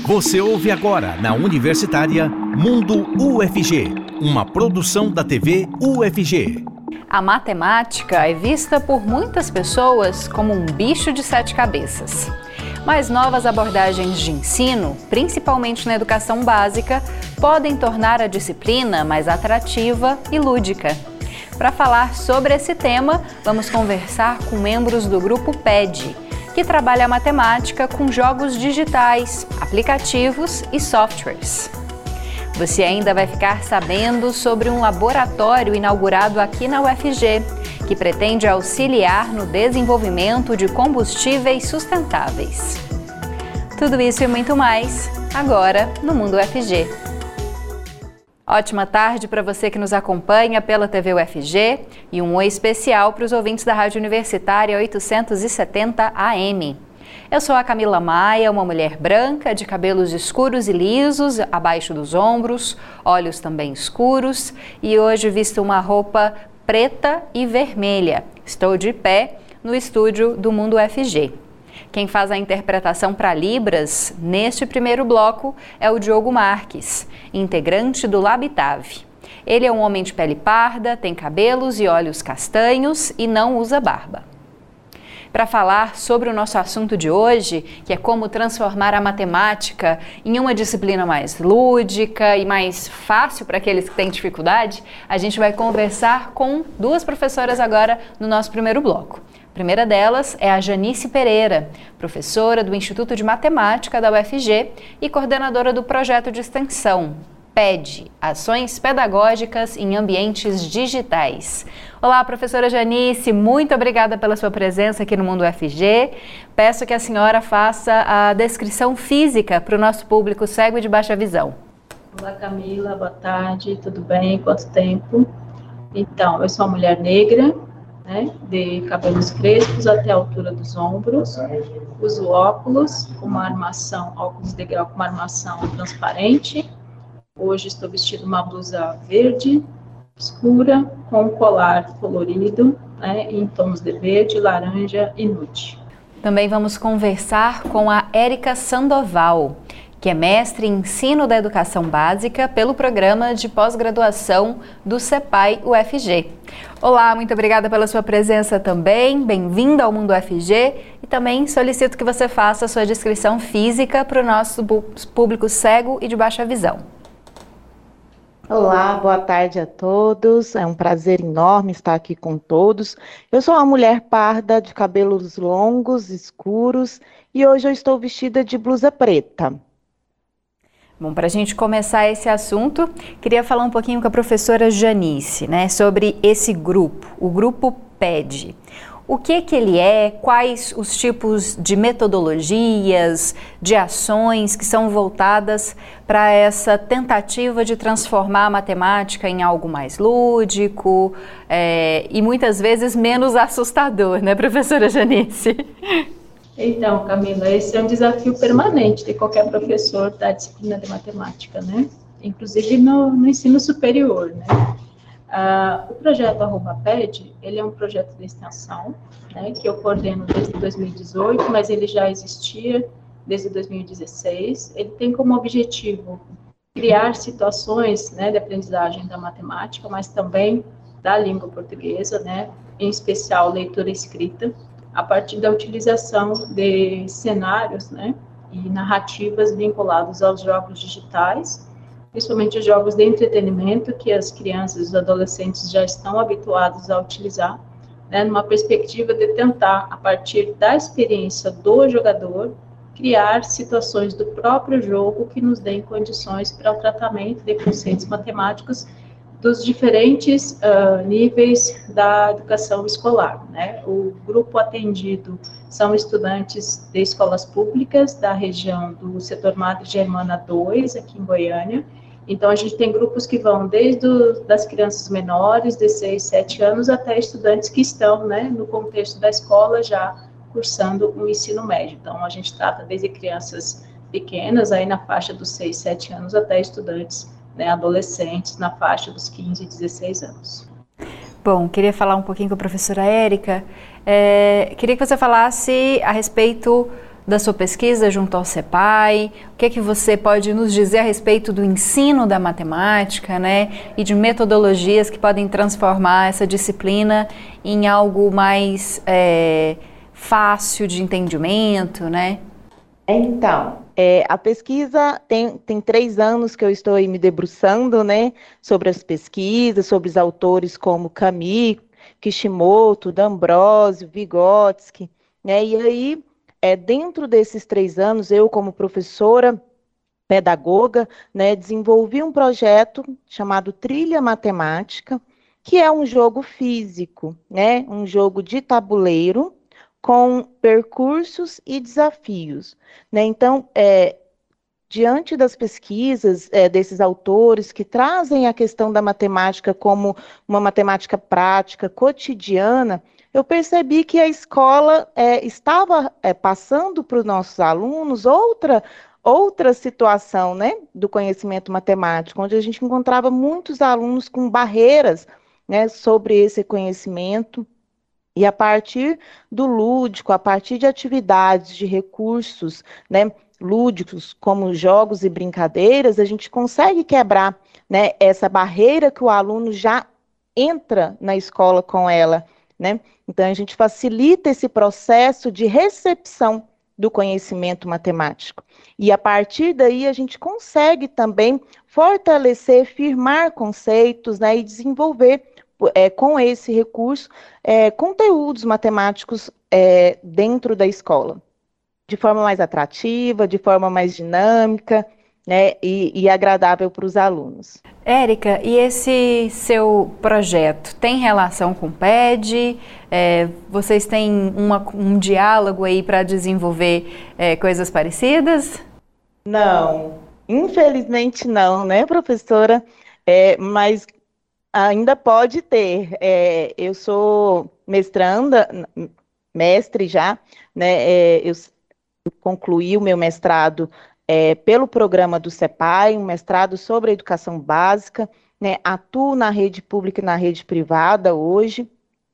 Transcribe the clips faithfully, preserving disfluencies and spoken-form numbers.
Você ouve agora na Universitária Mundo U F G, uma produção da T V U F G. A matemática é vista por muitas pessoas como um bicho de sete cabeças. Mas novas abordagens de ensino, principalmente na educação básica, podem tornar a disciplina mais atrativa e lúdica. Para falar sobre esse tema, vamos conversar com membros do grupo P E D, que trabalha a matemática com jogos digitais, aplicativos e softwares. Você ainda vai ficar sabendo sobre um laboratório inaugurado aqui na U F G, que pretende auxiliar no desenvolvimento de combustíveis sustentáveis. Tudo isso e muito mais, agora no Mundo U F G. Ótima tarde para você que nos acompanha pela T V U F G e um oi especial para os ouvintes da Rádio Universitária oitocentos e setenta A M. Eu sou a Camila Maia, uma mulher branca de cabelos escuros e lisos abaixo dos ombros, olhos também escuros e hoje visto uma roupa preta e vermelha. Estou de pé no estúdio do Mundo U F G. Quem faz a interpretação para Libras neste primeiro bloco é o Diogo Marques, integrante do Labitave. Ele é um homem de pele parda, tem cabelos e olhos castanhos e não usa barba. Para falar sobre o nosso assunto de hoje, que é como transformar a matemática em uma disciplina mais lúdica e mais fácil para aqueles que têm dificuldade, a gente vai conversar com duas professoras agora no nosso primeiro bloco. A primeira delas é a Janice Pereira, professora do Instituto de Matemática da U F G e coordenadora do projeto de extensão P E D, Ações Pedagógicas em Ambientes Digitais. Olá, professora Janice, muito obrigada pela sua presença aqui no Mundo U F G. Peço que a senhora faça a descrição física para o nosso público cego e de baixa visão. Olá, Camila, boa tarde, tudo bem? Quanto tempo? Então, eu sou uma mulher negra, né, de cabelos crespos até a altura dos ombros, uso óculos, uma armação, óculos de grau com uma armação transparente. Hoje estou vestindo uma blusa verde escura com um colar colorido, né, em tons de verde, laranja e nude. Também vamos conversar com a Érica Sandoval, que é mestre em ensino da educação básica pelo programa de pós-graduação do CEPAI U F G. Olá, muito obrigada pela sua presença também, bem-vinda ao Mundo U F G e também solicito que você faça a sua descrição física para o nosso público cego e de baixa visão. Olá, boa tarde a todos, é um prazer enorme estar aqui com todos. Eu sou uma mulher parda de cabelos longos, escuros e hoje eu estou vestida de blusa preta. Bom, para a gente começar esse assunto, queria falar um pouquinho com a professora Janice, né, sobre esse grupo, o grupo P E D. O que que ele é, quais os tipos de metodologias, de ações que são voltadas para essa tentativa de transformar a matemática em algo mais lúdico é, e muitas vezes menos assustador, né, professora Janice? Então, Camila, esse é um desafio permanente de qualquer professor da disciplina de matemática, né? Inclusive no, no ensino superior, né? Uh, o projeto Arroba P E D, ele é um projeto de extensão, né, que eu coordeno desde dois mil e dezoito, mas ele já existia desde dois mil e dezesseis. Ele tem como objetivo criar situações, né, de aprendizagem da matemática, mas também da língua portuguesa, né, em especial leitura e escrita, a partir da utilização de cenários, né, e narrativas vinculados aos jogos digitais, principalmente os jogos de entretenimento que as crianças e os adolescentes já estão habituados a utilizar, né, numa perspectiva de tentar, a partir da experiência do jogador, criar situações do próprio jogo que nos deem condições para o tratamento de conceitos matemáticos dos diferentes uh, níveis da educação escolar, né? O grupo atendido são estudantes de escolas públicas da região do setor Madre Germana dois, aqui em Goiânia. Então, a gente tem grupos que vão desde o, das crianças menores, de seis, sete anos, até estudantes que estão, né, no contexto da escola já cursando o ensino médio. Então, a gente trata desde crianças pequenas, aí na faixa dos seis, sete anos, até estudantes, né, adolescentes na faixa dos quinze, dezesseis anos. Bom, queria falar um pouquinho com a professora Érica. É, queria que você falasse a respeito da sua pesquisa junto ao CEPAI? O que é que você pode nos dizer a respeito do ensino da matemática, né, e de metodologias que podem transformar essa disciplina em algo mais é, fácil de entendimento, né? Então, é, a pesquisa tem, tem três anos que eu estou aí me debruçando, né, sobre as pesquisas, sobre os autores como Camus, Kishimoto, D'Ambrosio, Vygotsky, né, e aí, é, dentro desses três anos, eu como professora, pedagoga, né, desenvolvi um projeto chamado Trilha Matemática, que é um jogo físico, né, um jogo de tabuleiro, com percursos e desafios, né? Então, é, diante das pesquisas é, desses autores que trazem a questão da matemática como uma matemática prática, cotidiana, eu percebi que a escola é, estava é, passando para os nossos alunos outra, outra situação, né, do conhecimento matemático, onde a gente encontrava muitos alunos com barreiras, né, sobre esse conhecimento. E a partir do lúdico, a partir de atividades, de recursos, né, lúdicos, como jogos e brincadeiras, a gente consegue quebrar, né, essa barreira que o aluno já entra na escola com ela, né? Então, a gente facilita esse processo de recepção do conhecimento matemático. E a partir daí, a gente consegue também fortalecer, firmar conceitos, né, e desenvolver É, com esse recurso, é, conteúdos matemáticos é, dentro da escola, de forma mais atrativa, de forma mais dinâmica, né, e, e agradável para os alunos. Érica, e esse seu projeto tem relação com o P E D? É, vocês têm uma, um diálogo aí para desenvolver é, coisas parecidas? Não, infelizmente não, né, professora? É, mas ainda pode ter. É, eu sou mestranda, mestre já, né? É, eu concluí o meu mestrado é, pelo programa do CEPAI, um mestrado sobre a educação básica, né? Atuo na rede pública e na rede privada hoje,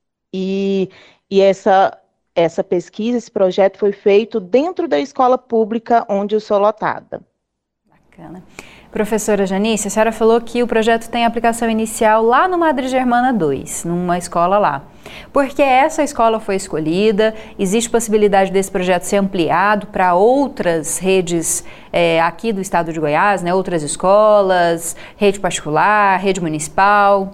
e, e essa, essa pesquisa, esse projeto foi feito dentro da escola pública onde eu sou lotada. Bacana. Professora Janice, a senhora falou que o projeto tem aplicação inicial lá no Madre Germana dois, numa escola lá. Por que essa escola foi escolhida? Existe possibilidade desse projeto ser ampliado para outras redes é, aqui do estado de Goiás, né? Outras escolas, rede particular, rede municipal?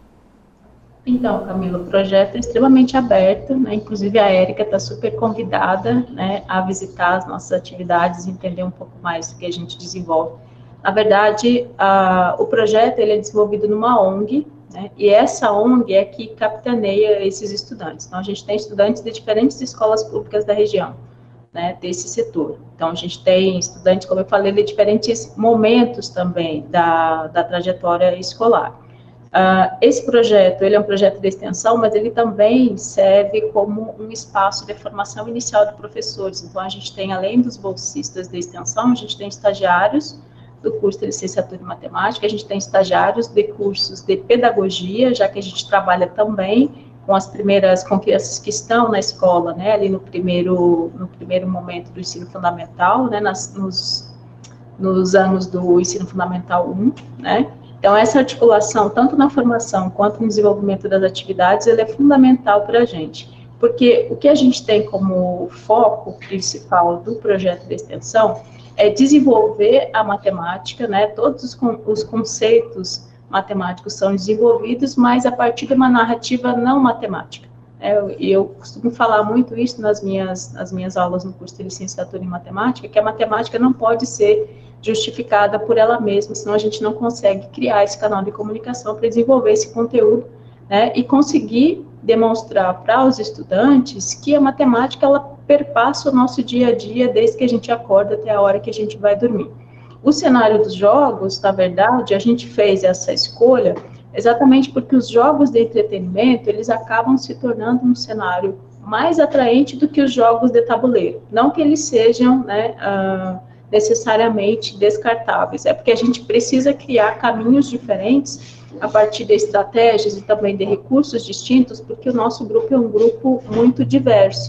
Então, Camila, o projeto é extremamente aberto, né? Inclusive a Érica está super convidada, né, a visitar as nossas atividades, entender um pouco mais do que a gente desenvolve. Na verdade, a, o projeto ele é desenvolvido numa O N G, né, e essa O N G é que capitaneia esses estudantes. Então, a gente tem estudantes de diferentes escolas públicas da região, né, desse setor. Então, a gente tem estudantes, como eu falei, de diferentes momentos também da, da trajetória escolar. Uh, esse projeto, ele é um projeto de extensão, mas ele também serve como um espaço de formação inicial de professores. Então, a gente tem, além dos bolsistas de extensão, a gente tem estagiários do curso de licenciatura em matemática, a gente tem estagiários de cursos de pedagogia, já que a gente trabalha também com as primeiras, com crianças que estão na escola, né, ali no primeiro, no primeiro momento do ensino fundamental, né, nas, nos, nos anos do ensino fundamental um, né. Então, essa articulação, tanto na formação quanto no desenvolvimento das atividades, ela é fundamental para a gente, porque o que a gente tem como foco principal do projeto de extensão é desenvolver a matemática, né, todos os, os conceitos matemáticos são desenvolvidos, mas a partir de uma narrativa não matemática. É, eu, eu costumo falar muito isso nas minhas, nas minhas aulas no curso de licenciatura em matemática, que a matemática não pode ser justificada por ela mesma, senão a gente não consegue criar esse canal de comunicação para desenvolver esse conteúdo, né, e conseguir demonstrar para os estudantes que a matemática, ela perpassa o nosso dia a dia, desde que a gente acorda até a hora que a gente vai dormir. O cenário dos jogos, na verdade, a gente fez essa escolha exatamente porque os jogos de entretenimento, eles acabam se tornando um cenário mais atraente do que os jogos de tabuleiro. Não que eles sejam, né, uh, necessariamente descartáveis, é porque a gente precisa criar caminhos diferentes a partir de estratégias e também de recursos distintos, porque o nosso grupo é um grupo muito diverso.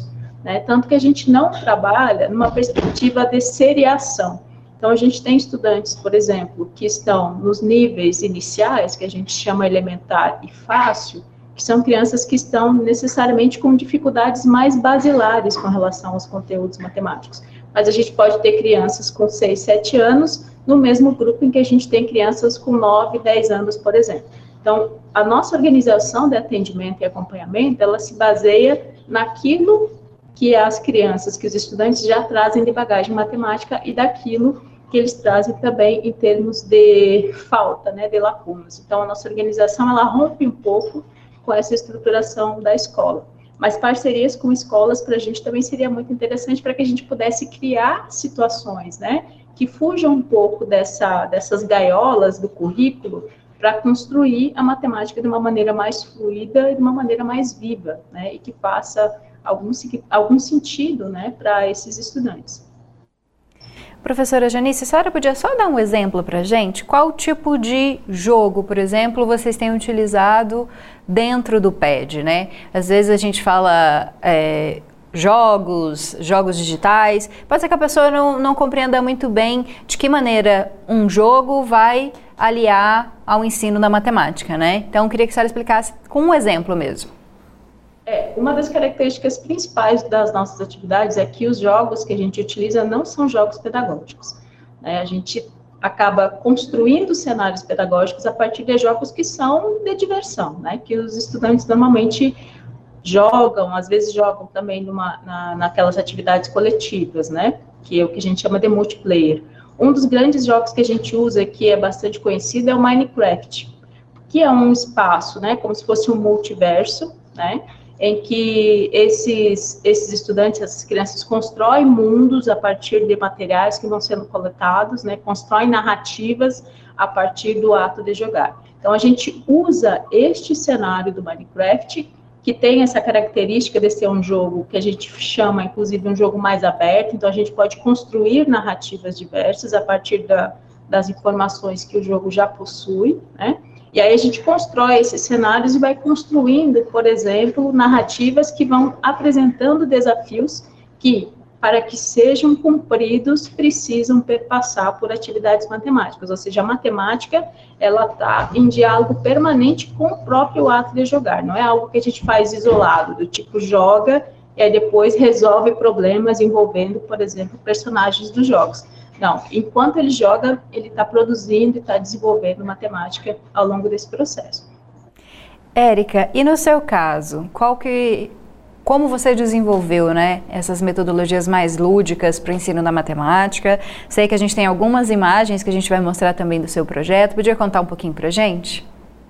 né? Tanto que a gente não trabalha numa perspectiva de seriação. Então, a gente tem estudantes, por exemplo, que estão nos níveis iniciais, que a gente chama elementar e fácil, que são crianças que estão necessariamente com dificuldades mais basilares com relação aos conteúdos matemáticos. Mas a gente pode ter crianças com seis, sete anos, no mesmo grupo em que a gente tem crianças com nove, dez anos, por exemplo. Então, a nossa organização de atendimento e acompanhamento, ela se baseia naquilo que as crianças, que os estudantes já trazem de bagagem matemática e daquilo que eles trazem também em termos de falta, né, de lacunas. Então, a nossa organização, ela rompe um pouco com essa estruturação da escola. Mas parcerias com escolas, para a gente também seria muito interessante para que a gente pudesse criar situações, né, que fujam um pouco dessa, dessas gaiolas do currículo, para construir a matemática de uma maneira mais fluida e de uma maneira mais viva, né, e que faça algum, algum sentido, né, para esses estudantes. Professora Janice, a senhora podia só dar um exemplo para a gente? Qual tipo de jogo, por exemplo, vocês têm utilizado dentro do P E D, né? Às vezes a gente fala é, jogos, jogos digitais, pode ser que a pessoa não, não compreenda muito bem de que maneira um jogo vai aliar ao ensino da matemática, né? Então, eu queria que a senhora explicasse com um exemplo mesmo. É, uma das características principais das nossas atividades é que os jogos que a gente utiliza não são jogos pedagógicos, né? A gente acaba construindo cenários pedagógicos a partir de jogos que são de diversão, né? Que os estudantes normalmente jogam, às vezes jogam também numa, na, naquelas atividades coletivas, né? Que é o que a gente chama de multiplayer. Um dos grandes jogos que a gente usa, que é bastante conhecido, é o Minecraft, que é um espaço, né? Como se fosse um multiverso, né? Em que esses, esses estudantes, essas crianças constroem mundos a partir de materiais que vão sendo coletados, né, constroem narrativas a partir do ato de jogar. Então, a gente usa este cenário do Minecraft, que tem essa característica de ser um jogo que a gente chama, inclusive, um jogo mais aberto, então a gente pode construir narrativas diversas a partir da, das informações que o jogo já possui, né? E aí a gente constrói esses cenários e vai construindo, por exemplo, narrativas que vão apresentando desafios que, para que sejam cumpridos, precisam passar por atividades matemáticas. Ou seja, a matemática, ela está em diálogo permanente com o próprio ato de jogar. Não é algo que a gente faz isolado, do tipo joga e aí depois resolve problemas envolvendo, por exemplo, personagens dos jogos. Não, enquanto ele joga, ele está produzindo e está desenvolvendo matemática ao longo desse processo. Érica, e no seu caso, qual que, como você desenvolveu, né, essas metodologias mais lúdicas para o ensino da matemática? Sei que a gente tem algumas imagens que a gente vai mostrar também do seu projeto. Podia contar um pouquinho para a gente?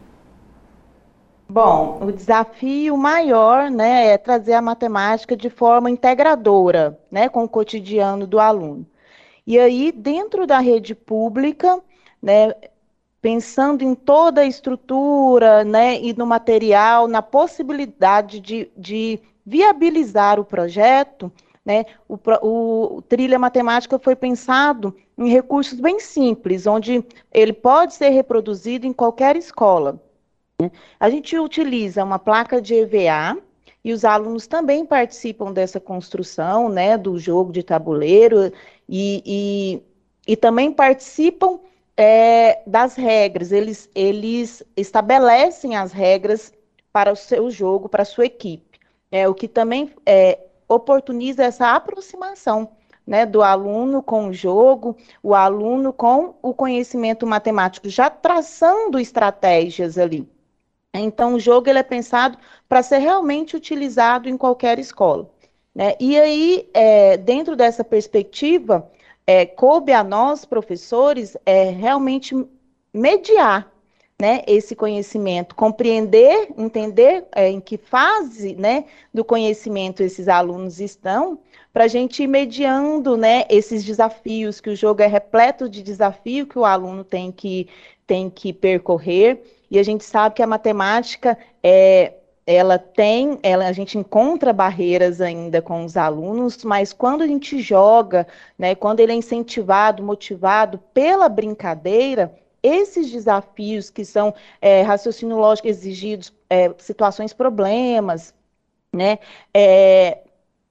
Bom, o desafio maior, né, é trazer a matemática de forma integradora, né, com o cotidiano do aluno. E aí, dentro da rede pública, né, pensando em toda a estrutura, né, e no material, na possibilidade de, de viabilizar o projeto, né, o, o Trilha Matemática foi pensado em recursos bem simples, onde ele pode ser reproduzido em qualquer escola. A gente utiliza uma placa de E V A, e os alunos também participam dessa construção, né, do jogo de tabuleiro, e, e, e também participam é, das regras, eles, eles estabelecem as regras para o seu jogo, para a sua equipe, é, o que também é, oportuniza essa aproximação, né, do aluno com o jogo, o aluno com o conhecimento matemático, já traçando estratégias ali. Então, o jogo ele é pensado para ser realmente utilizado em qualquer escola, né? E aí, é, dentro dessa perspectiva, é, coube a nós, professores, é, realmente mediar, né, esse conhecimento, compreender, entender é, em que fase, né, do conhecimento esses alunos estão, para a gente ir mediando, né, esses desafios, que o jogo é repleto de desafio que o aluno tem que, tem que percorrer. E a gente sabe que a matemática, é, ela tem, ela, a gente encontra barreiras ainda com os alunos, mas quando a gente joga, né, quando ele é incentivado, motivado pela brincadeira, esses desafios que são é, raciocínio lógico exigidos, é, situações problemas, né, é,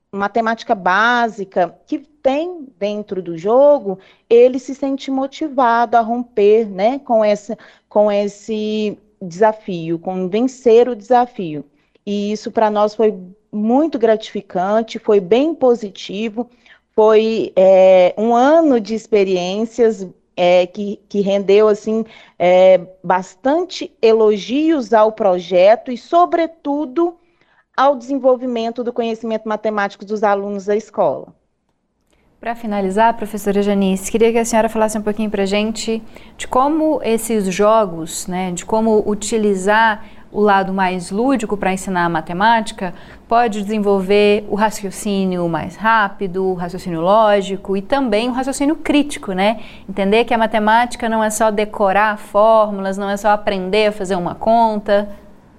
matemática básica que tem dentro do jogo, ele se sente motivado a romper, né, com essa, com esse desafio, com vencer o desafio. E isso para nós foi muito gratificante, foi bem positivo, foi é, um ano de experiências é, que, que rendeu assim, é, bastante elogios ao projeto e, sobretudo, ao desenvolvimento do conhecimento matemático dos alunos da escola. Para finalizar, professora Janice, queria que a senhora falasse um pouquinho para a gente de como esses jogos, né, de como utilizar o lado mais lúdico para ensinar a matemática pode desenvolver o raciocínio mais rápido, o raciocínio lógico e também o raciocínio crítico, né? Entender que a matemática não é só decorar fórmulas, não é só aprender a fazer uma conta.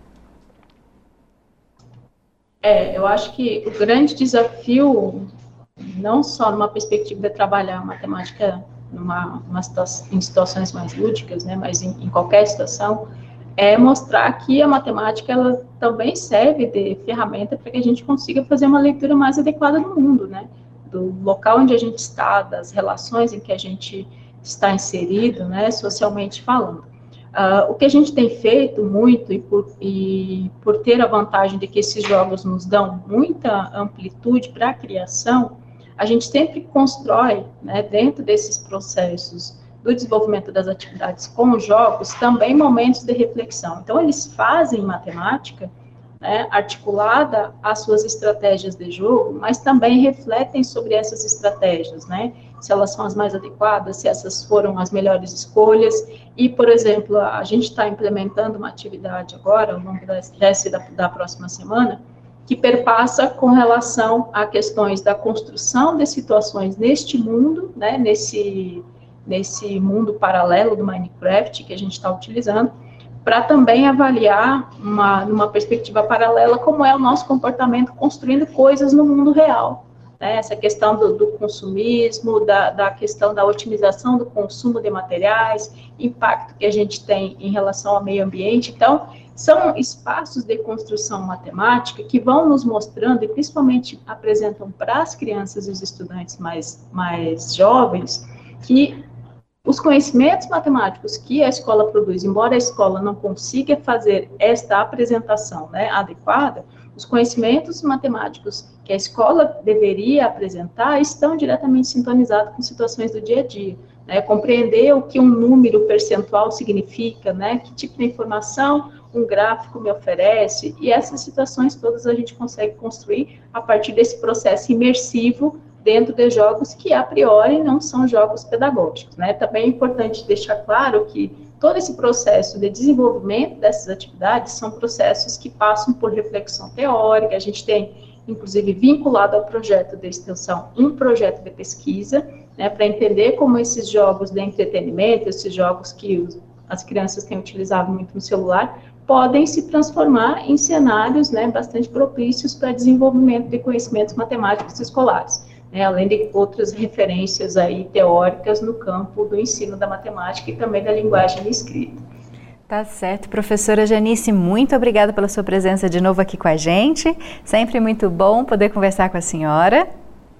É, eu acho que o grande desafio, não só numa perspectiva de trabalhar a matemática numa, numa situação, em situações mais lúdicas, né, mas em, em qualquer situação, é mostrar que a matemática ela também serve de ferramenta para que a gente consiga fazer uma leitura mais adequada do mundo, né, do local onde a gente está, das relações em que a gente está inserido, né, socialmente falando. Uh, o que a gente tem feito muito, e por, e por ter a vantagem de que esses jogos nos dão muita amplitude para a criação, a gente sempre constrói, né, dentro desses processos do desenvolvimento das atividades com os jogos, também momentos de reflexão. Então, eles fazem matemática, né, articulada às suas estratégias de jogo, mas também refletem sobre essas estratégias, né, se elas são as mais adequadas, se essas foram as melhores escolhas. E, por exemplo, a gente está implementando uma atividade agora, ao longo dessa da, da próxima semana, que perpassa com relação a questões da construção de situações neste mundo, né, nesse, nesse mundo paralelo do Minecraft que a gente está utilizando, para também avaliar, uma, numa perspectiva paralela, como é o nosso comportamento construindo coisas no mundo real. Né? Essa questão do, do consumismo, da, da questão da otimização do consumo de materiais, impacto que a gente tem em relação ao meio ambiente. Então, são espaços de construção matemática que vão nos mostrando, e principalmente apresentam para as crianças e os estudantes mais, mais jovens, que os conhecimentos matemáticos que a escola produz, embora a escola não consiga fazer esta apresentação, né, adequada, os conhecimentos matemáticos que a escola deveria apresentar estão diretamente sintonizados com situações do dia a dia. Né, compreender o que um número percentual significa, né, que tipo de informação um gráfico me oferece, e essas situações todas a gente consegue construir a partir desse processo imersivo dentro de jogos que, a priori, não são jogos pedagógicos, né? Também é importante deixar claro que todo esse processo de desenvolvimento dessas atividades são processos que passam por reflexão teórica. A gente tem, inclusive, vinculado ao projeto de extensão, um projeto de pesquisa, né, para entender como esses jogos de entretenimento, esses jogos que os, as crianças têm utilizado muito no celular, podem se transformar em cenários, né, bastante propícios para desenvolvimento de conhecimentos matemáticos escolares. Né, além de outras referências aí teóricas no campo do ensino da matemática e também da linguagem escrita. Tá certo. Professora Janice, muito obrigada pela sua presença de novo aqui com a gente. Sempre muito bom poder conversar com a senhora.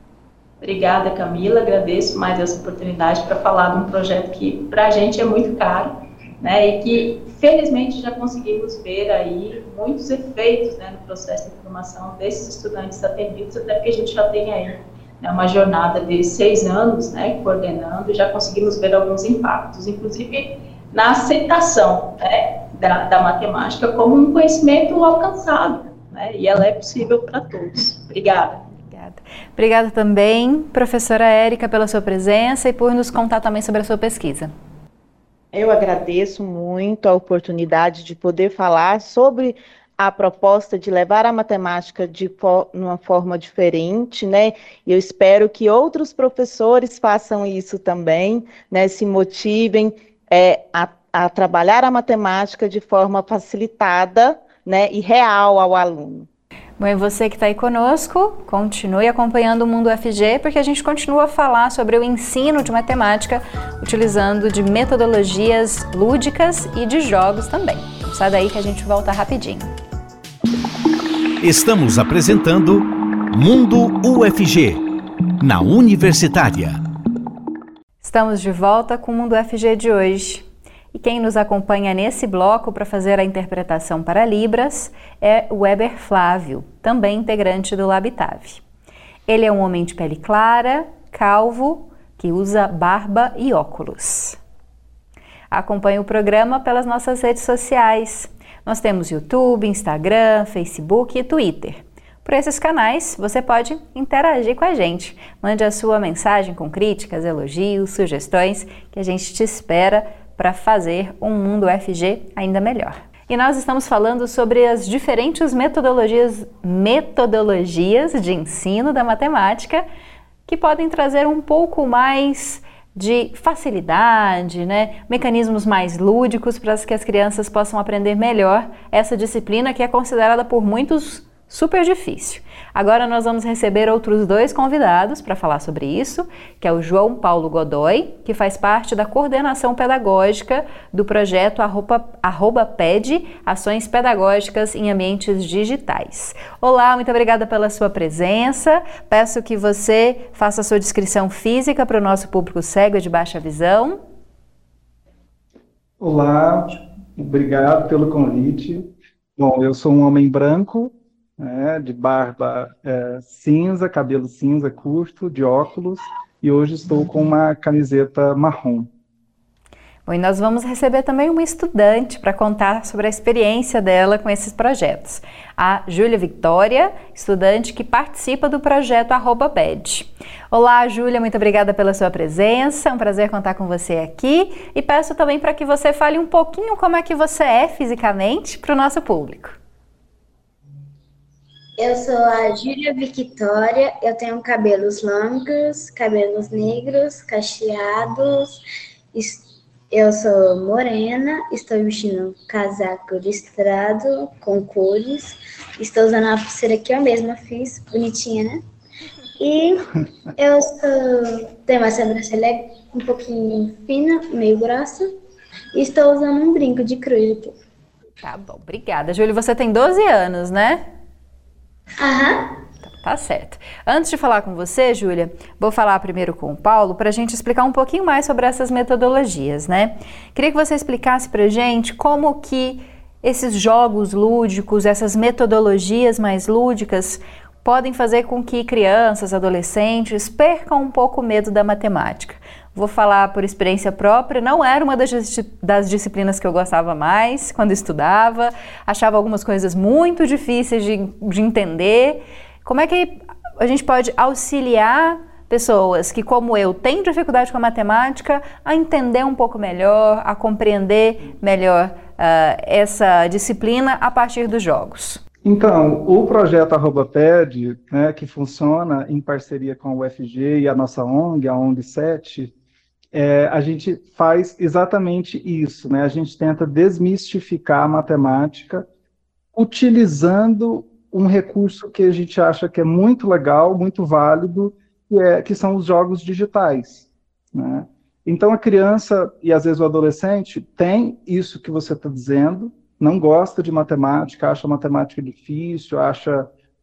Obrigada, Camila. Agradeço mais essa oportunidade para falar de um projeto que para a gente é muito caro, né, e que felizmente já conseguimos ver aí muitos efeitos, né, no processo de formação desses estudantes atendidos, até porque a gente já tem aí É uma jornada de seis anos, né, coordenando, e já conseguimos ver alguns impactos, inclusive na aceitação, né, da, da matemática como um conhecimento alcançável, né, e ela é possível para todos. Obrigada. Obrigada. Obrigada também, professora Érica, pela sua presença e por nos contar também sobre a sua pesquisa. Eu agradeço muito a oportunidade de poder falar sobre a proposta de levar a matemática de uma forma diferente, né? E eu espero que outros professores façam isso também, né? Se motivem é, a, a trabalhar a matemática de forma facilitada, né? E real ao aluno. Bom, e você que está aí conosco, continue acompanhando o Mundo U F G, porque a gente continua a falar sobre o ensino de matemática, utilizando de metodologias lúdicas e de jogos também. Então, sai daí que a gente volta rapidinho. Estamos apresentando Mundo U F G, na Universitária. Estamos de volta com o Mundo U F G de hoje. E quem nos acompanha nesse bloco para fazer a interpretação para Libras é o Weber Flávio, também integrante do Labitave. Ele é um homem de pele clara, calvo, que usa barba e óculos. Acompanhe o programa pelas nossas redes sociais. Nós temos YouTube, Instagram, Facebook e Twitter. Por esses canais, você pode interagir com a gente. Mande a sua mensagem com críticas, elogios, sugestões, que a gente te espera para fazer um Mundo U F G ainda melhor. E nós estamos falando sobre as diferentes metodologias, metodologias de ensino da matemática que podem trazer um pouco mais de facilidade, né? Mecanismos mais lúdicos para que as crianças possam aprender melhor essa disciplina que é considerada por muitos super difícil. Agora nós vamos receber outros dois convidados para falar sobre isso, que é o João Paulo Godoy, que faz parte da coordenação pedagógica do projeto arroba, arroba ped, Ações Pedagógicas em Ambientes Digitais. Olá, muito obrigada pela sua presença. Peço que você faça a sua descrição física para o nosso público cego e de baixa visão. Olá, obrigado pelo convite. Bom, eu sou um homem branco, É, de barba é, cinza, cabelo cinza curto, de óculos, e hoje estou com uma camiseta marrom. Bom, e nós vamos receber também uma estudante para contar sobre a experiência dela com esses projetos. A Júlia Victória, estudante que participa do projeto arroba ped. Olá, Júlia, muito obrigada pela sua presença, é um prazer contar com você aqui, e peço também para que você fale um pouquinho como é que você é fisicamente para o nosso público. Eu sou a Júlia Victória, eu tenho cabelos longos, cabelos negros, cacheados, eu sou morena, estou vestindo um casaco listrado com cores, estou usando uma pulseira que eu mesma fiz, bonitinha, né? E eu sou, tenho uma sobrancelha um pouquinho fina, meio grossa, e estou usando um brinco de cruz aqui. Tá bom, obrigada. Júlia, você tem doze anos, né? Aham. Tá certo. Antes de falar com você, Júlia, vou falar primeiro com o Paulo para a gente explicar um pouquinho mais sobre essas metodologias, né? Queria que você explicasse para a gente como que esses jogos lúdicos, essas metodologias mais lúdicas podem fazer com que crianças, adolescentes percam um pouco o medo da matemática. Vou falar por experiência própria, não era uma das, das disciplinas que eu gostava mais quando estudava, achava algumas coisas muito difíceis de, de entender. Como é que a gente pode auxiliar pessoas que, como eu, têm dificuldade com a matemática, a entender um pouco melhor, a compreender melhor uh, essa disciplina a partir dos jogos? Então, o projeto arroba ped, né, que funciona em parceria com a U F G e a nossa O N G, a O N G sete, É, a gente faz exatamente isso, né? A gente tenta desmistificar a matemática utilizando um recurso que a gente acha que é muito legal, muito válido, que, é, que são os jogos digitais, né? Então a criança e às vezes o adolescente tem isso que você está dizendo, não gosta de matemática, acha matemática difícil, acha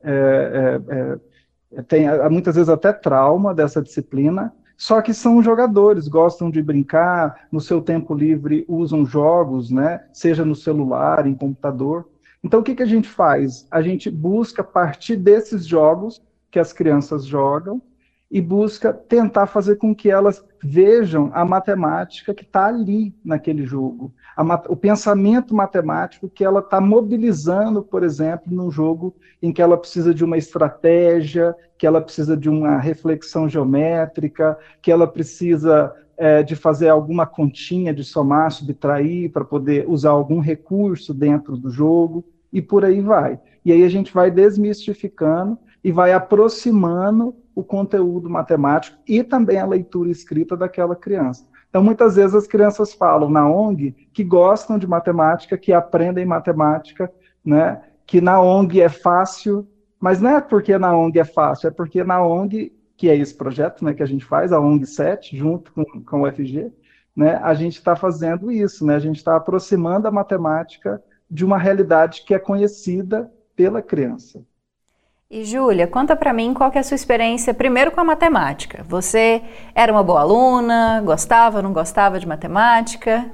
é, é, é, tem muitas vezes até trauma dessa disciplina. Só que são jogadores, gostam de brincar, no seu tempo livre usam jogos, né? Seja no celular, em computador. Então, o que, que a gente faz? A gente busca partir desses jogos que as crianças jogam e busca tentar fazer com que elas vejam a matemática que está ali naquele jogo. A, o pensamento matemático que ela está mobilizando, por exemplo, num jogo em que ela precisa de uma estratégia, que ela precisa de uma reflexão geométrica, que ela precisa é, de fazer alguma continha de somar, subtrair, para poder usar algum recurso dentro do jogo, e por aí vai. E aí a gente vai desmistificando e vai aproximando o conteúdo matemático e também a leitura escrita daquela criança. Então, muitas vezes as crianças falam na O N G que gostam de matemática, que aprendem matemática, né, que na O N G é fácil, mas não é porque na O N G é fácil, é porque na O N G, que é esse projeto, né, que a gente faz, a O N G sete, junto com, com o U F G, né, a gente está fazendo isso, né, a gente está aproximando a matemática de uma realidade que é conhecida pela criança. E Júlia, conta pra mim qual que é a sua experiência primeiro com a matemática. Você era uma boa aluna, gostava, não gostava de matemática?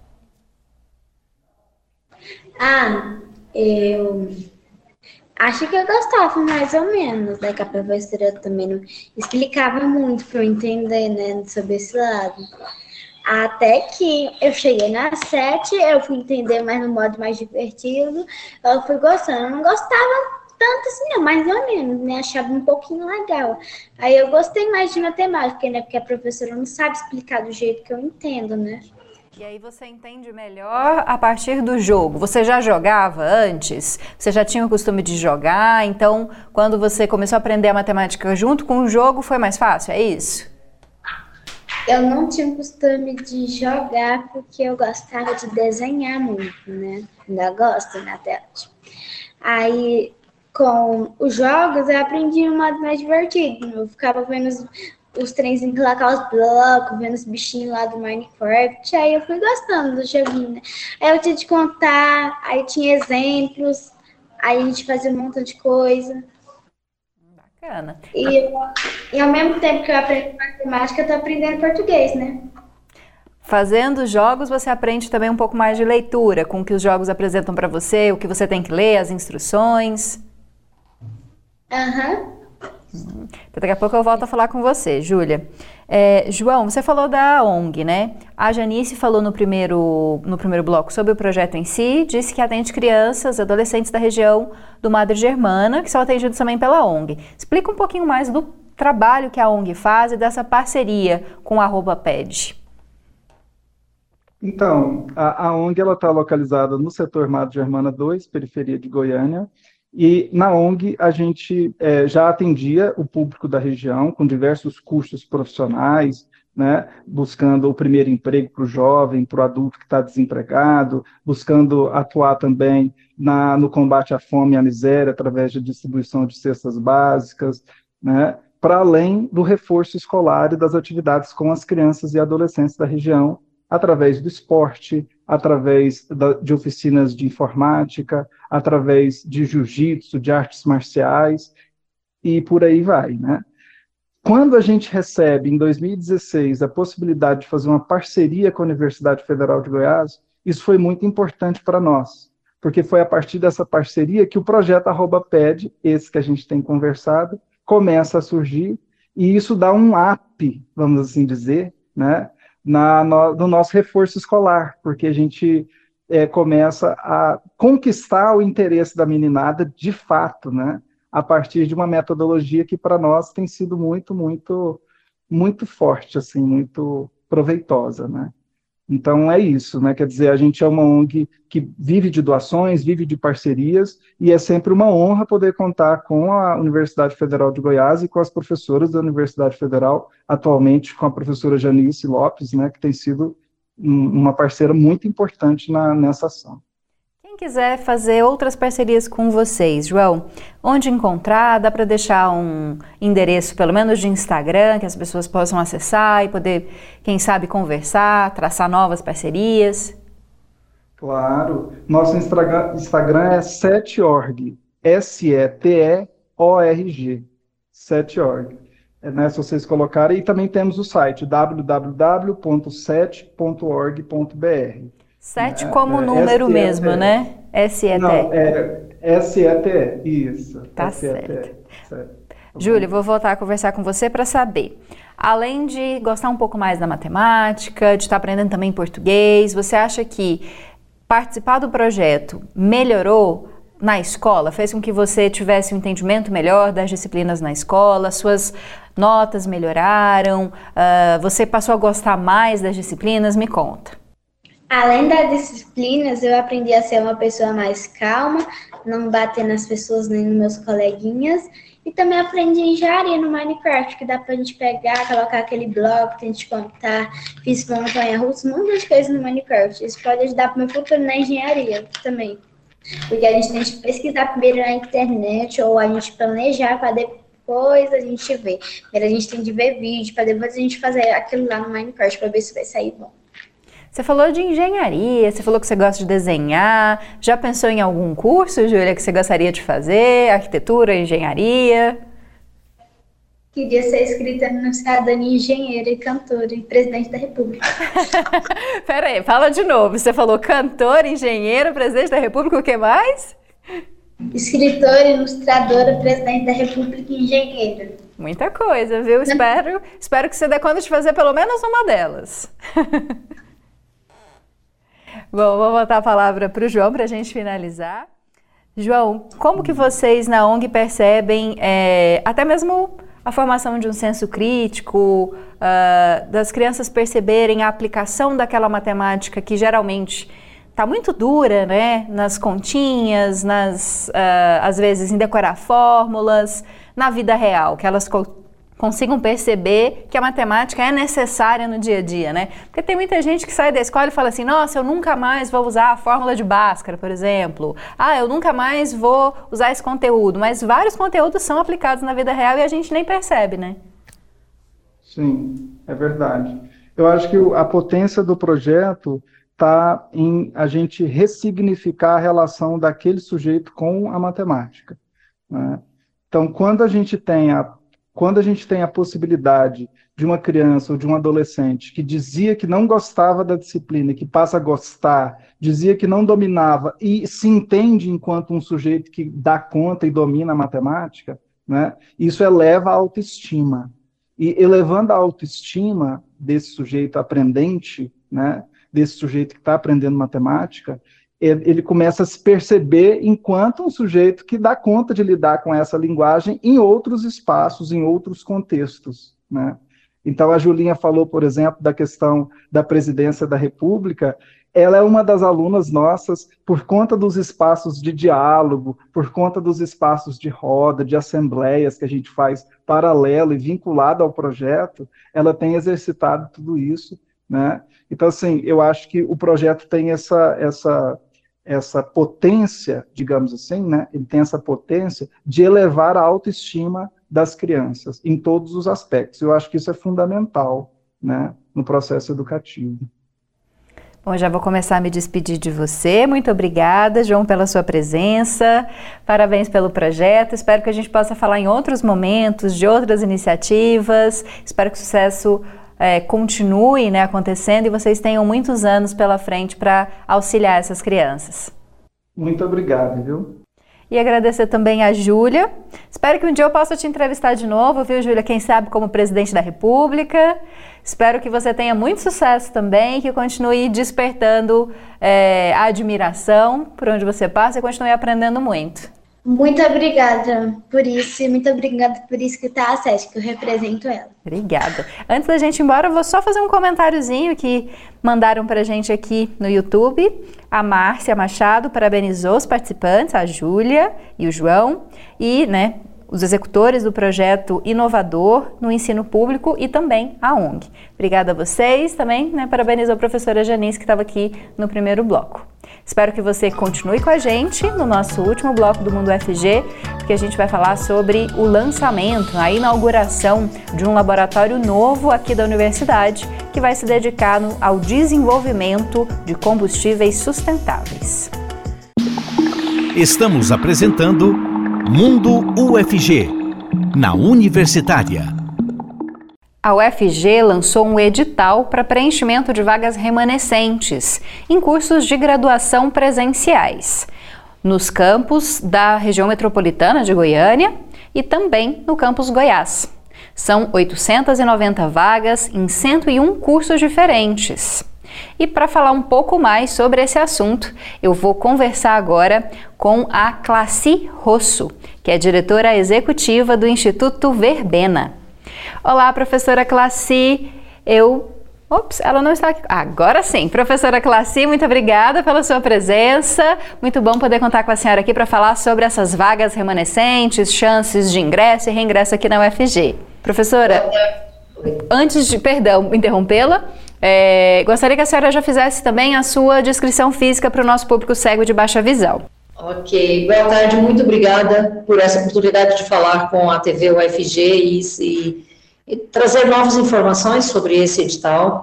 Ah, eu acho que eu gostava mais ou menos, né? Que a professora também não explicava muito para eu entender, né? Sobre esse lado. Até que eu cheguei na sete, eu fui entender mais no modo mais divertido, eu fui gostando. Eu não gostava tanto assim, não, mais ou menos, né? Achava um pouquinho legal. Aí eu gostei mais de matemática, né? Porque a professora não sabe explicar do jeito que eu entendo, né? E aí você entende melhor a partir do jogo. Você já jogava antes? Você já tinha o costume de jogar? Então, quando você começou a aprender a matemática junto com o jogo, foi mais fácil, é isso? Eu não tinha o costume de jogar porque eu gostava de desenhar muito, né? Ainda gosto, né, até hoje. Aí, com os jogos, eu aprendi um modo mais divertido. Eu ficava vendo os, os trenzinhos colocar os blocos, vendo os bichinhos lá do Minecraft. Aí eu fui gostando do joguinho, né? Aí eu tinha de contar, aí tinha exemplos, aí a gente fazia um montão de coisa. Bacana. E, e ao mesmo tempo que eu aprendo matemática, eu tô aprendendo português, né? Fazendo jogos, você aprende também um pouco mais de leitura, com o que os jogos apresentam para você, o que você tem que ler, as instruções. Aham. Uhum. Daqui a pouco eu volto a falar com você, Júlia. É, João, você falou da O N G, né? A Janice falou no primeiro, no primeiro bloco sobre o projeto em si, disse que atende crianças, adolescentes da região do Madre Germana, que são atendidos também pela O N G. Explica um pouquinho mais do trabalho que a O N G faz e dessa parceria com a arroba P E D. Então, a, a O N G está localizada no setor Madre Germana dois, periferia de Goiânia, e na O N G a gente é, já atendia o público da região com diversos cursos profissionais, né, buscando o primeiro emprego para o jovem, para o adulto que está desempregado, buscando atuar também na, no combate à fome e à miséria através da distribuição de cestas básicas, né, para além do reforço escolar e das atividades com as crianças e adolescentes da região, através do esporte, através da, de oficinas de informática, através de jiu-jitsu, de artes marciais, e por aí vai, né? Quando a gente recebe, em dois mil e dezesseis, a possibilidade de fazer uma parceria com a Universidade Federal de Goiás, isso foi muito importante para nós, porque foi a partir dessa parceria que o projeto arroba P E D, esse que a gente tem conversado, começa a surgir, e isso dá um up, vamos assim dizer, né? Na, no, no nosso reforço escolar, porque a gente é, começa a conquistar o interesse da meninada de fato, né? A partir de uma metodologia que para nós tem sido muito, muito, muito forte, assim, muito proveitosa, né? Então é isso, né? Quer dizer, a gente é uma O N G que vive de doações, vive de parcerias, e é sempre uma honra poder contar com a Universidade Federal de Goiás e com as professoras da Universidade Federal, atualmente com a professora Janice Lopes, né? Que tem sido uma parceira muito importante na, nessa ação. Quem quiser fazer outras parcerias com vocês, João, onde encontrar? Dá para deixar um endereço, pelo menos de Instagram, que as pessoas possam acessar e poder, quem sabe, conversar, traçar novas parcerias? Claro. Nosso Instagram, Instagram é sete ponto org, S E T E O R G, sete ponto org. É, né, se vocês colocarem, e também temos o site w w w ponto sete ponto org ponto b r. Sete né? como é, número S E T E. mesmo, né? S E T E. Não, é S E T E, isso. Tá S E T E, certo. certo. Júlia, vou voltar a conversar com você para saber, além de gostar um pouco mais da matemática, de estar aprendendo também português, você acha que participar do projeto melhorou na escola? Fez com que você tivesse um entendimento melhor das disciplinas na escola? Suas notas melhoraram? Uh, você passou a gostar mais das disciplinas? Me conta. Além das disciplinas, eu aprendi a ser uma pessoa mais calma, não bater nas pessoas nem nos meus coleguinhas. E também aprendi engenharia no Minecraft, que dá pra gente pegar, colocar aquele bloco, tem que contar, fiz montanha-russa, um monte de coisa no Minecraft. Isso pode ajudar pro meu futuro na engenharia também. Porque a gente tem que pesquisar primeiro na internet, ou a gente planejar para depois a gente ver. Primeiro a gente tem que ver vídeo, para depois a gente fazer aquilo lá no Minecraft, para ver se vai sair bom. Você falou de engenharia, você falou que você gosta de desenhar. Já pensou em algum curso, Júlia, que você gostaria de fazer? Arquitetura, engenharia? Queria ser escrita no cidadania, engenheira e cantora e presidente da República. Pera aí, fala de novo. Você falou cantora, engenheiro, presidente da República, o que mais? Escritora, ilustradora, presidente da República e engenheira. Muita coisa, viu? Espero, espero que você dê conta de fazer pelo menos uma delas. Bom, vou voltar a palavra para o João para a gente finalizar. João, como que vocês na O N G percebem é, até mesmo a formação de um senso crítico, uh, das crianças perceberem a aplicação daquela matemática que geralmente está muito dura, né? Nas continhas, nas, uh, às vezes em decorar fórmulas, na vida real, que elas co- consigam perceber que a matemática é necessária no dia a dia, né? Porque tem muita gente que sai da escola e fala assim, nossa, eu nunca mais vou usar a fórmula de Bhaskara, por exemplo. Ah, eu nunca mais vou usar esse conteúdo. Mas vários conteúdos são aplicados na vida real e a gente nem percebe, né? Sim, é verdade. Eu acho que a potência do projeto está em a gente ressignificar a relação daquele sujeito com a matemática, né? Então, quando a gente tem a Quando a gente tem a possibilidade de uma criança ou de um adolescente que dizia que não gostava da disciplina, que passa a gostar, dizia que não dominava e se entende enquanto um sujeito que dá conta e domina a matemática, né, isso eleva a autoestima. E elevando a autoestima desse sujeito aprendente, né, desse sujeito que está aprendendo matemática, ele começa a se perceber enquanto um sujeito que dá conta de lidar com essa linguagem em outros espaços, em outros contextos, né? Então, a Julinha falou, por exemplo, da questão da presidência da República. Ela é uma das alunas nossas, por conta dos espaços de diálogo, por conta dos espaços de roda, de assembleias que a gente faz paralelo e vinculado ao projeto, ela tem exercitado tudo isso, né? Então, assim, eu acho que o projeto tem essa, essa, essa potência, digamos assim, né? Ele tem essa potência de elevar a autoestima das crianças, em todos os aspectos. Eu acho que isso é fundamental, né, no processo educativo. Bom, já vou começar a me despedir de você. Muito obrigada, João, pela sua presença. Parabéns pelo projeto. Espero que a gente possa falar em outros momentos, de outras iniciativas. Espero que o sucesso É, continue, né, acontecendo e vocês tenham muitos anos pela frente para auxiliar essas crianças. Muito obrigado, viu? E agradecer também a Júlia. Espero que um dia eu possa te entrevistar de novo, viu, Júlia? Quem sabe como presidente da República. Espero que você tenha muito sucesso também, que continue despertando é, a admiração por onde você passa e continue aprendendo muito. Muito obrigada por isso e muito obrigada por escutar a SESC, que eu represento ela. Obrigada. Antes da gente ir embora, eu vou só fazer um comentáriozinho que mandaram pra gente aqui no YouTube. A Márcia Machado parabenizou os participantes, a Júlia e o João, e, né, os executores do projeto inovador no ensino público e também a O N G. Obrigada a vocês também, né, parabenizou a professora Janice, que estava aqui no primeiro bloco. Espero que você continue com a gente no nosso último bloco do Mundo U F G, porque a gente vai falar sobre o lançamento, a inauguração de um laboratório novo aqui da universidade, que vai se dedicar no, ao desenvolvimento de combustíveis sustentáveis. Estamos apresentando Mundo U F G, na Universitária. A U F G lançou um edital para preenchimento de vagas remanescentes em cursos de graduação presenciais, nos campus da região metropolitana de Goiânia e também no campus Goiás. São oitocentas e noventa vagas em cento e um cursos diferentes. E para falar um pouco mais sobre esse assunto, eu vou conversar agora com a Classi Rosso, que é diretora executiva do Instituto Verbena. Olá, professora Classi, eu... Ops, ela não está aqui. Agora sim, professora Classi, muito obrigada pela sua presença. Muito bom poder contar com a senhora aqui para falar sobre essas vagas remanescentes, chances de ingresso e reingresso aqui na U F G. Professora, antes de, perdão, interrompê-la, é, gostaria que a senhora já fizesse também a sua descrição física para o nosso público cego de baixa visão. Ok, boa tarde, muito obrigada por essa oportunidade de falar com a T V U F G e, e, e trazer novas informações sobre esse edital.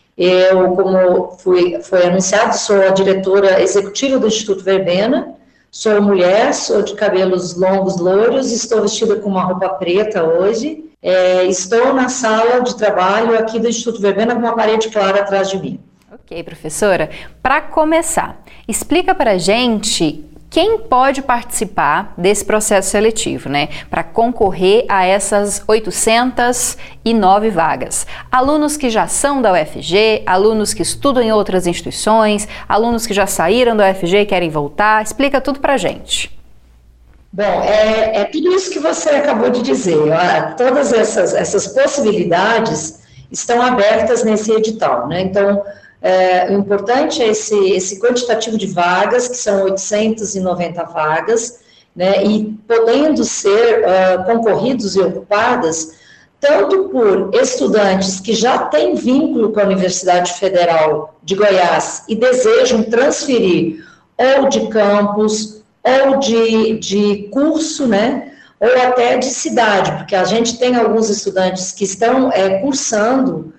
Eu, como fui, foi anunciado, sou a diretora executiva do Instituto Verbena, sou mulher, sou de cabelos longos, loiros, estou vestida com uma roupa preta hoje, é, estou na sala de trabalho aqui do Instituto Verbena com uma parede clara atrás de mim. Ok, professora. Para começar, explica para a gente quem pode participar desse processo seletivo, né, para concorrer a essas oitocentas e nove vagas. Alunos que já são da U F G, alunos que estudam em outras instituições, alunos que já saíram da U F G e querem voltar. Explica tudo para a gente. Bom, é, é tudo isso que você acabou de dizer. Ó, todas essas, essas possibilidades estão abertas nesse edital, né? Então, é, o importante é esse, esse quantitativo de vagas, que são oitocentas e noventa vagas, né? E podendo ser uh, concorridos e ocupadas tanto por estudantes que já têm vínculo com a Universidade Federal de Goiás e desejam transferir ou de campus ou de, de curso, né, ou até de cidade, porque a gente tem alguns estudantes que estão é, cursando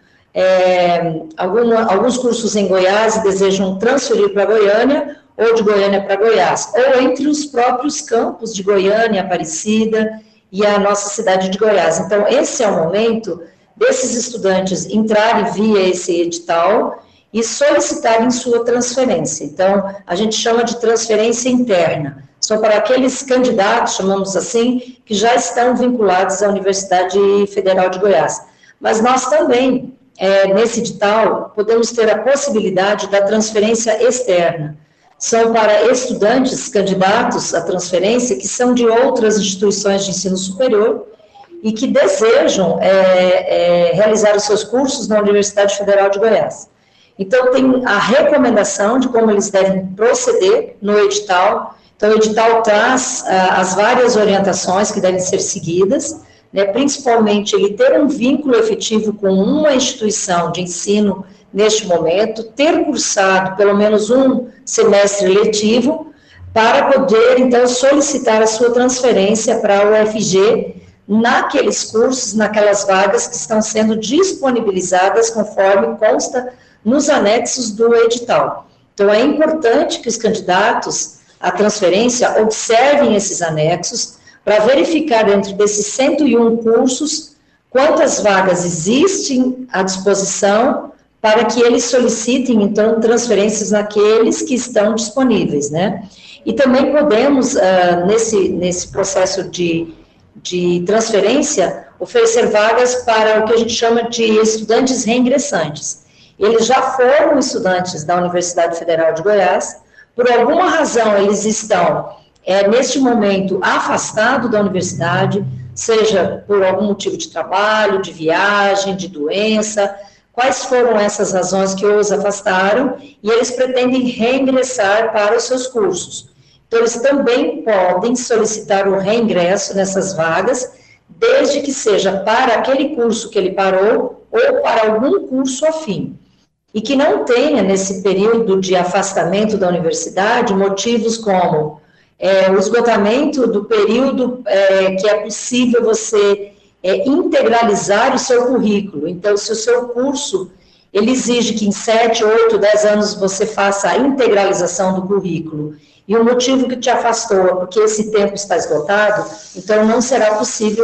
é, alguma, alguns cursos em Goiás e desejam transferir para Goiânia, ou de Goiânia para Goiás, ou entre os próprios campos de Goiânia, Aparecida e a nossa cidade de Goiás. Então, esse é o momento desses estudantes entrarem via esse edital e solicitarem sua transferência. Então, a gente chama de transferência interna. São para aqueles candidatos, chamamos assim, que já estão vinculados à Universidade Federal de Goiás. Mas nós também, é, nesse edital, podemos ter a possibilidade da transferência externa. São para estudantes candidatos à transferência que são de outras instituições de ensino superior e que desejam é, é, realizar os seus cursos na Universidade Federal de Goiás. Então, tem a recomendação de como eles devem proceder no edital. Então, o edital traz ah, as várias orientações que devem ser seguidas, né, principalmente ele ter um vínculo efetivo com uma instituição de ensino neste momento, ter cursado pelo menos um semestre letivo, para poder, então, solicitar a sua transferência para a U F G naqueles cursos, naquelas vagas que estão sendo disponibilizadas conforme consta nos anexos do edital. Então, é importante que os candidatos à transferência observem esses anexos para verificar dentro desses cento e um cursos quantas vagas existem à disposição para que eles solicitem, então, transferências naqueles que estão disponíveis, né? E também podemos, uh, nesse, nesse processo de, de transferência, oferecer vagas para o que a gente chama de estudantes reingressantes. Eles já foram estudantes da Universidade Federal de Goiás, por alguma razão eles estão, é, neste momento, afastados da universidade, seja por algum motivo de trabalho, de viagem, de doença. Quais foram essas razões que os afastaram, e eles pretendem reingressar para os seus cursos. Então, eles também podem solicitar o reingresso nessas vagas, desde que seja para aquele curso que ele parou, ou para algum curso afim. E que não tenha, nesse período de afastamento da universidade, motivos como é, o esgotamento do período é, que é possível você é, integralizar o seu currículo. Então, se o seu curso, ele exige que em sete, oito, dez anos você faça a integralização do currículo, e o motivo que te afastou é porque esse tempo está esgotado, então não será possível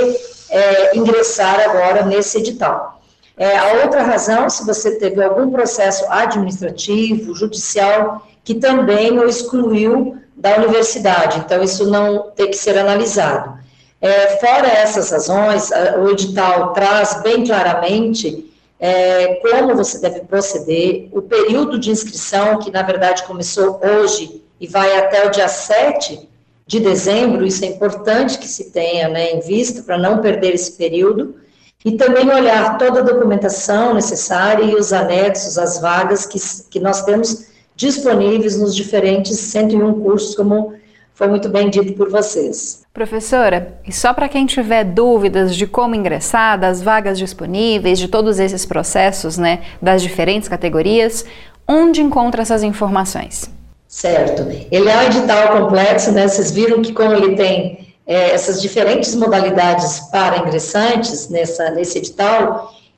reingressar é, agora nesse edital. É, a outra razão, se você teve algum processo administrativo, judicial, que também o excluiu da universidade, então isso não tem que ser analisado. É, fora essas razões, o edital traz bem claramente é, como você deve proceder, o período de inscrição, que na verdade começou hoje e vai até o dia sete de dezembro, isso é importante que se tenha, né, em vista, para não perder esse período, e também olhar toda a documentação necessária e os anexos, as vagas que, que nós temos disponíveis nos diferentes cento e um cursos, como foi muito bem dito por vocês. Professora, e só para quem tiver dúvidas de como ingressar, das vagas disponíveis, de todos esses processos, né, das diferentes categorias, onde encontra essas informações? Certo. Ele é um edital complexo, né, vocês viram que como ele tem é, essas diferentes modalidades para ingressantes nessa, nesse edital,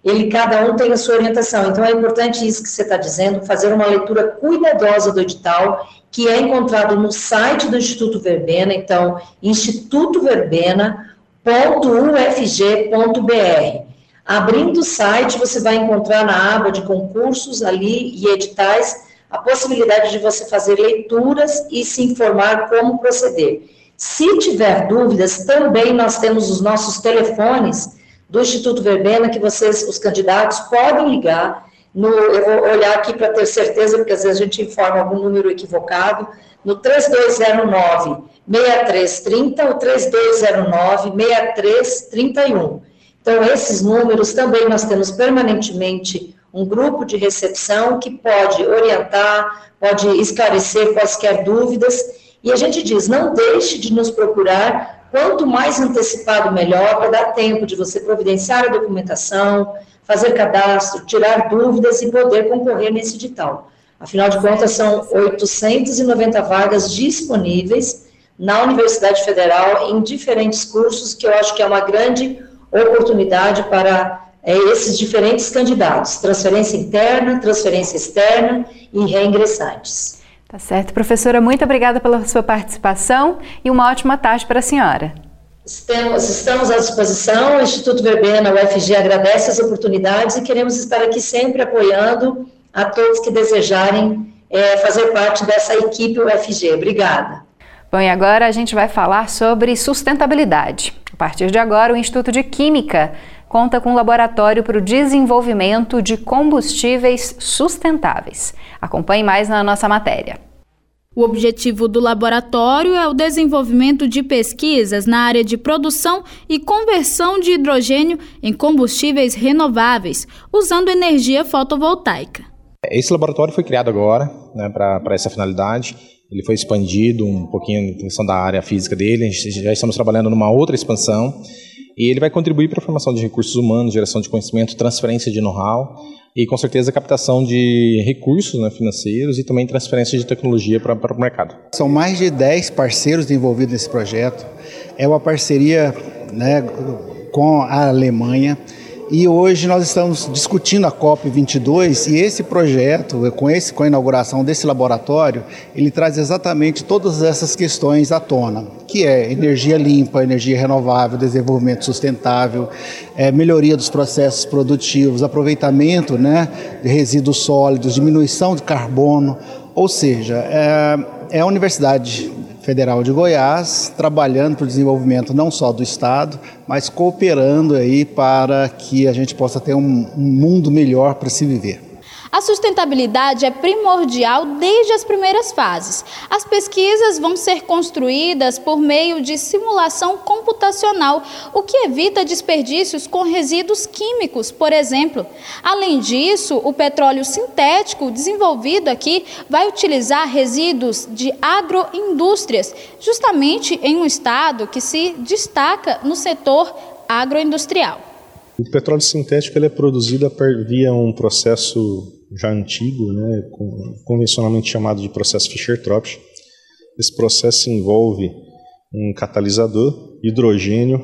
ele, cada um tem a sua orientação. Então, é importante isso que você está dizendo, fazer uma leitura cuidadosa do edital, que é encontrado no site do Instituto Verbena, então, instituto verbena ponto u f g ponto b r. Abrindo o site, você vai encontrar na aba de concursos ali e editais, a possibilidade de você fazer leituras e se informar como proceder. Se tiver dúvidas, também nós temos os nossos telefones do Instituto Verbena, que vocês, os candidatos, podem ligar. No, eu vou olhar aqui para ter certeza, porque às vezes a gente informa algum número equivocado, no três dois zero nove, seis três três zero ou três dois zero nove, seis três três um. Então, esses números também nós temos permanentemente um grupo de recepção que pode orientar, pode esclarecer quaisquer dúvidas, e a gente diz, não deixe de nos procurar, quanto mais antecipado melhor, para dar tempo de você providenciar a documentação, fazer cadastro, tirar dúvidas e poder concorrer nesse edital. Afinal de contas, são oitocentas e noventa vagas disponíveis na Universidade Federal em diferentes cursos, que eu acho que é uma grande oportunidade para é, esses diferentes candidatos, transferência interna, transferência externa e reingressantes. Tá certo. Professora, muito obrigada pela sua participação e uma ótima tarde para a senhora. Estamos, estamos à disposição, o Instituto Verbena, o U F G, agradece as oportunidades e queremos estar aqui sempre apoiando a todos que desejarem é, fazer parte dessa equipe U F G. Obrigada. Bom, e agora a gente vai falar sobre sustentabilidade. A partir de agora, o Instituto de Química conta com um laboratório para o desenvolvimento de combustíveis sustentáveis. Acompanhe mais na nossa matéria. O objetivo do laboratório é o desenvolvimento de pesquisas na área de produção e conversão de hidrogênio em combustíveis renováveis, usando energia fotovoltaica. Esse laboratório foi criado agora, né, para essa finalidade. Ele foi expandido um pouquinho em questão da área física dele. A gente já estamos trabalhando numa outra expansão. E ele vai contribuir para a formação de recursos humanos, geração de conhecimento, transferência de know-how e, com certeza, captação de recursos, né, financeiros e também transferência de tecnologia para, para o mercado. São mais de dez parceiros envolvidos nesse projeto. É uma parceria, né, com a Alemanha. E hoje nós estamos discutindo a COP vinte e dois e esse projeto, com, esse, com a inauguração desse laboratório, ele traz exatamente todas essas questões à tona, que é energia limpa, energia renovável, desenvolvimento sustentável, é, melhoria dos processos produtivos, aproveitamento, né, de resíduos sólidos, diminuição de carbono, ou seja, é, é a Universidade Federal de Goiás, trabalhando para o desenvolvimento não só do Estado, mas cooperando aí para que a gente possa ter um, um mundo melhor para se viver. A sustentabilidade é primordial desde as primeiras fases. As pesquisas vão ser construídas por meio de simulação computacional, o que evita desperdícios com resíduos químicos, por exemplo. Além disso, o petróleo sintético desenvolvido aqui vai utilizar resíduos de agroindústrias, justamente em um estado que se destaca no setor agroindustrial. O petróleo sintético ele é produzido via um processo já antigo, né, convencionalmente chamado de processo Fischer-Tropsch. Esse processo envolve um catalisador, hidrogênio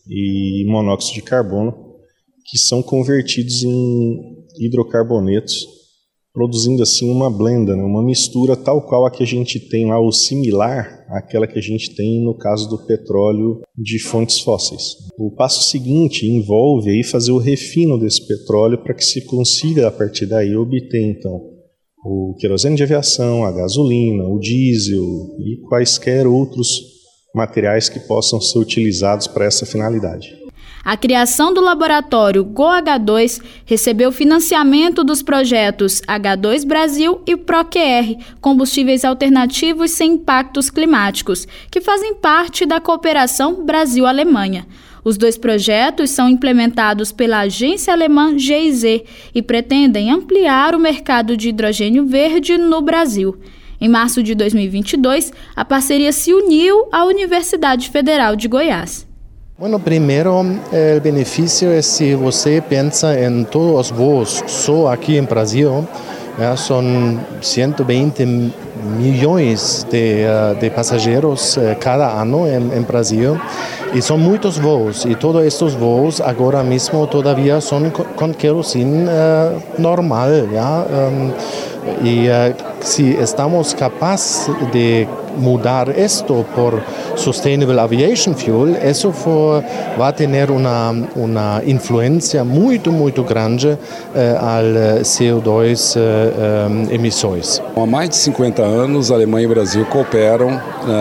e monóxido de carbono, que são convertidos em hidrocarbonetos, produzindo assim uma blenda, né, uma mistura tal qual a que a gente tem lá, ou similar àquela que a gente tem no caso do petróleo de fontes fósseis. O passo seguinte envolve aí fazer o refino desse petróleo para que se consiga, a partir daí, obter então o querosene de aviação, a gasolina, o diesel e quaisquer outros materiais que possam ser utilizados para essa finalidade. A criação do laboratório Go H dois recebeu financiamento dos projetos H dois Brasil e ProQR, combustíveis alternativos sem impactos climáticos, que fazem parte da cooperação Brasil-Alemanha. Os dois projetos são implementados pela agência alemã G I Z e pretendem ampliar o mercado de hidrogênio verde no Brasil. Em março de dois mil e vinte e dois, a parceria se uniu à Universidade Federal de Goiás. Bueno, primeiro, o benefício é se você pensa em todos os voos só aqui em Brasil, Ja, são ciento veinte milhões de, de passageiros cada ano em, em Brasil e são muitos voos e todos estes voos agora mesmo todavia são com querosene uh, normal, ja? Um, e uh, se estamos capazes de mudar esto por Sustainable Aviation Fuel, eso for, vai ter uma, uma influência muito, muito grande uh, ao C O dois uh, um, emissões. Há mais de cinquenta anos, a Alemanha e o Brasil cooperam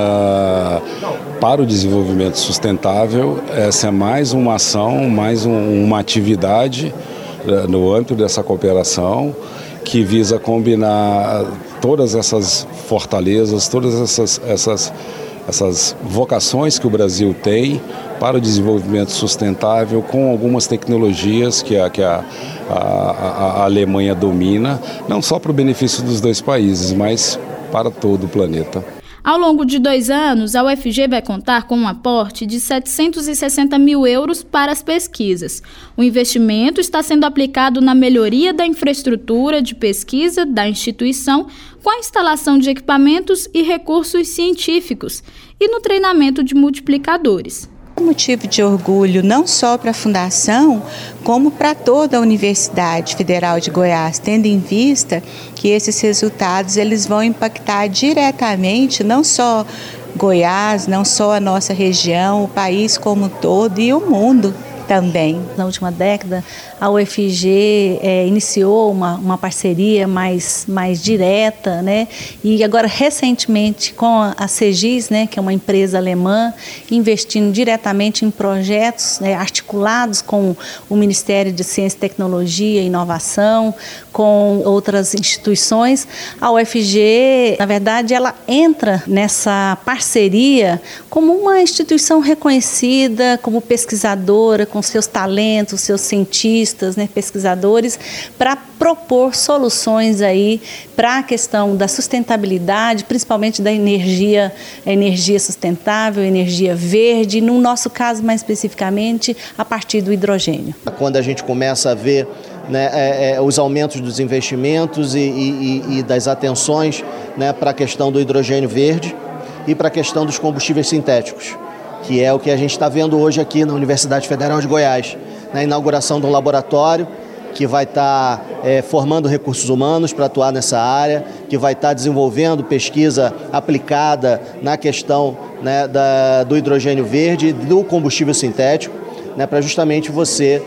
uh, para o desenvolvimento sustentável. Essa é mais uma ação, mais um, uma atividade uh, no âmbito dessa cooperação, que visa combinar todas essas fortalezas, todas essas, essas, essas vocações que o Brasil tem para o desenvolvimento sustentável com algumas tecnologias que a, que a, a, a Alemanha domina, não só para o benefício dos dois países, mas para todo o planeta. Ao longo de dois anos, a U F G vai contar com um aporte de setecentos e sessenta mil euros para as pesquisas. O investimento está sendo aplicado na melhoria da infraestrutura de pesquisa da instituição, com a instalação de equipamentos e recursos científicos e no treinamento de multiplicadores. Motivo de orgulho não só para a Fundação, como para toda a Universidade Federal de Goiás, tendo em vista que esses resultados eles vão impactar diretamente não só Goiás, não só a nossa região, o país como um todo e o mundo também. Na última década, a U F G é, iniciou uma, uma parceria mais, mais direta, né? E agora, recentemente, com a Cegis, né, que é uma empresa alemã, investindo diretamente em projetos, né, articulados com o Ministério de Ciência, Tecnologia e Inovação, com outras instituições. A U F G, na verdade, ela entra nessa parceria como uma instituição reconhecida, como pesquisadora, com seus talentos, seus cientistas, né, pesquisadores, para propor soluções aí para a questão da sustentabilidade, principalmente da energia, energia sustentável, energia verde, no nosso caso mais especificamente a partir do hidrogênio. Quando a gente começa a ver, né, é, é, os aumentos dos investimentos e, e, e das atenções, né, para a questão do hidrogênio verde e para a questão dos combustíveis sintéticos, que é o que a gente está vendo hoje aqui na Universidade Federal de Goiás, na inauguração de um laboratório que vai estar tá, é, formando recursos humanos para atuar nessa área, que vai estar tá desenvolvendo pesquisa aplicada na questão, né, da, do hidrogênio verde, do combustível sintético, né, para justamente você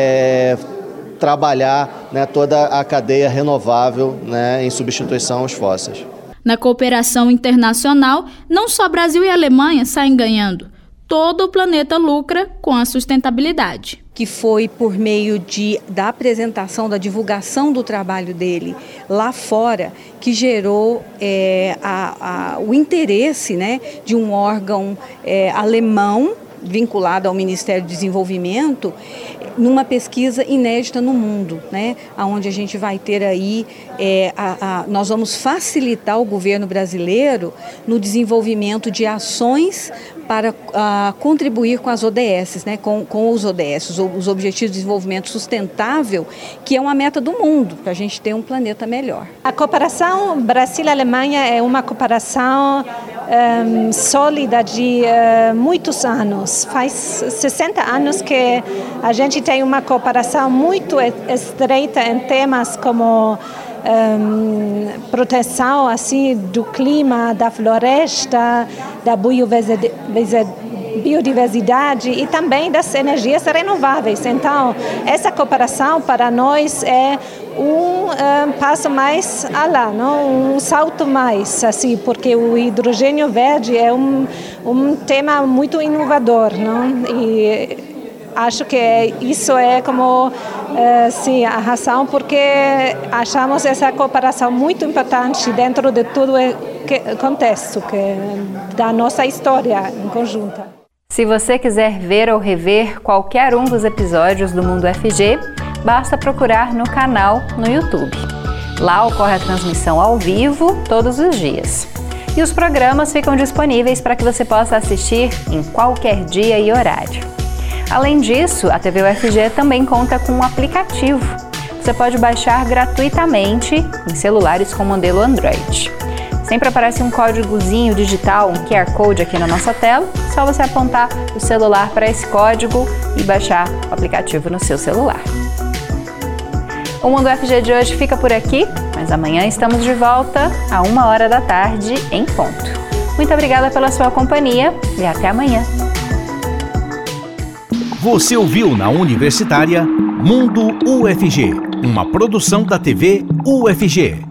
é, trabalhar, né, toda a cadeia renovável, né, em substituição aos fósseis. Na cooperação internacional, não só Brasil e Alemanha saem ganhando. Todo o planeta lucra com a sustentabilidade. Que foi por meio de, da apresentação, da divulgação do trabalho dele lá fora, que gerou é, a, a, o interesse, né, de um órgão é, alemão vinculado ao Ministério do Desenvolvimento, numa pesquisa inédita no mundo, né? Onde a gente vai ter aí, é, a, a, nós vamos facilitar o governo brasileiro no desenvolvimento de ações para a, contribuir com as O D S, né? com, com os O D S, os, os Objetivos de Desenvolvimento Sustentável, que é uma meta do mundo, para a gente ter um planeta melhor. A cooperação Brasil-Alemanha é uma cooperação um, sólida de uh, muitos anos. Faz sessenta anos que a gente tem uma cooperação muito estreita em temas como um, proteção assim, do clima, da floresta, da biodiversidade e também das energias renováveis. Então, essa cooperação para nós é um, um passo mais além, não? Um salto mais, assim, porque o hidrogênio verde é um, um tema muito inovador, não? E acho que isso é como uh, sim, a razão porque achamos essa cooperação muito importante dentro de todo o contexto que, da nossa história em conjunto. Se você quiser ver ou rever qualquer um dos episódios do Mundo U F G, basta procurar no canal no YouTube. Lá ocorre a transmissão ao vivo todos os dias. E os programas ficam disponíveis para que você possa assistir em qualquer dia e horário. Além disso, a T V U F G também conta com um aplicativo. você pode baixar gratuitamente em celulares com modelo Android. Sempre aparece um códigozinho digital, um Q R Code aqui na nossa tela, só você apontar o celular para esse código e baixar o aplicativo no seu celular. O Mundo U F G de hoje fica por aqui, mas amanhã estamos de volta a uma hora da tarde em ponto. Muito obrigada pela sua companhia e até amanhã. Você ouviu na Universitária Mundo U F G, uma produção da T V U F G.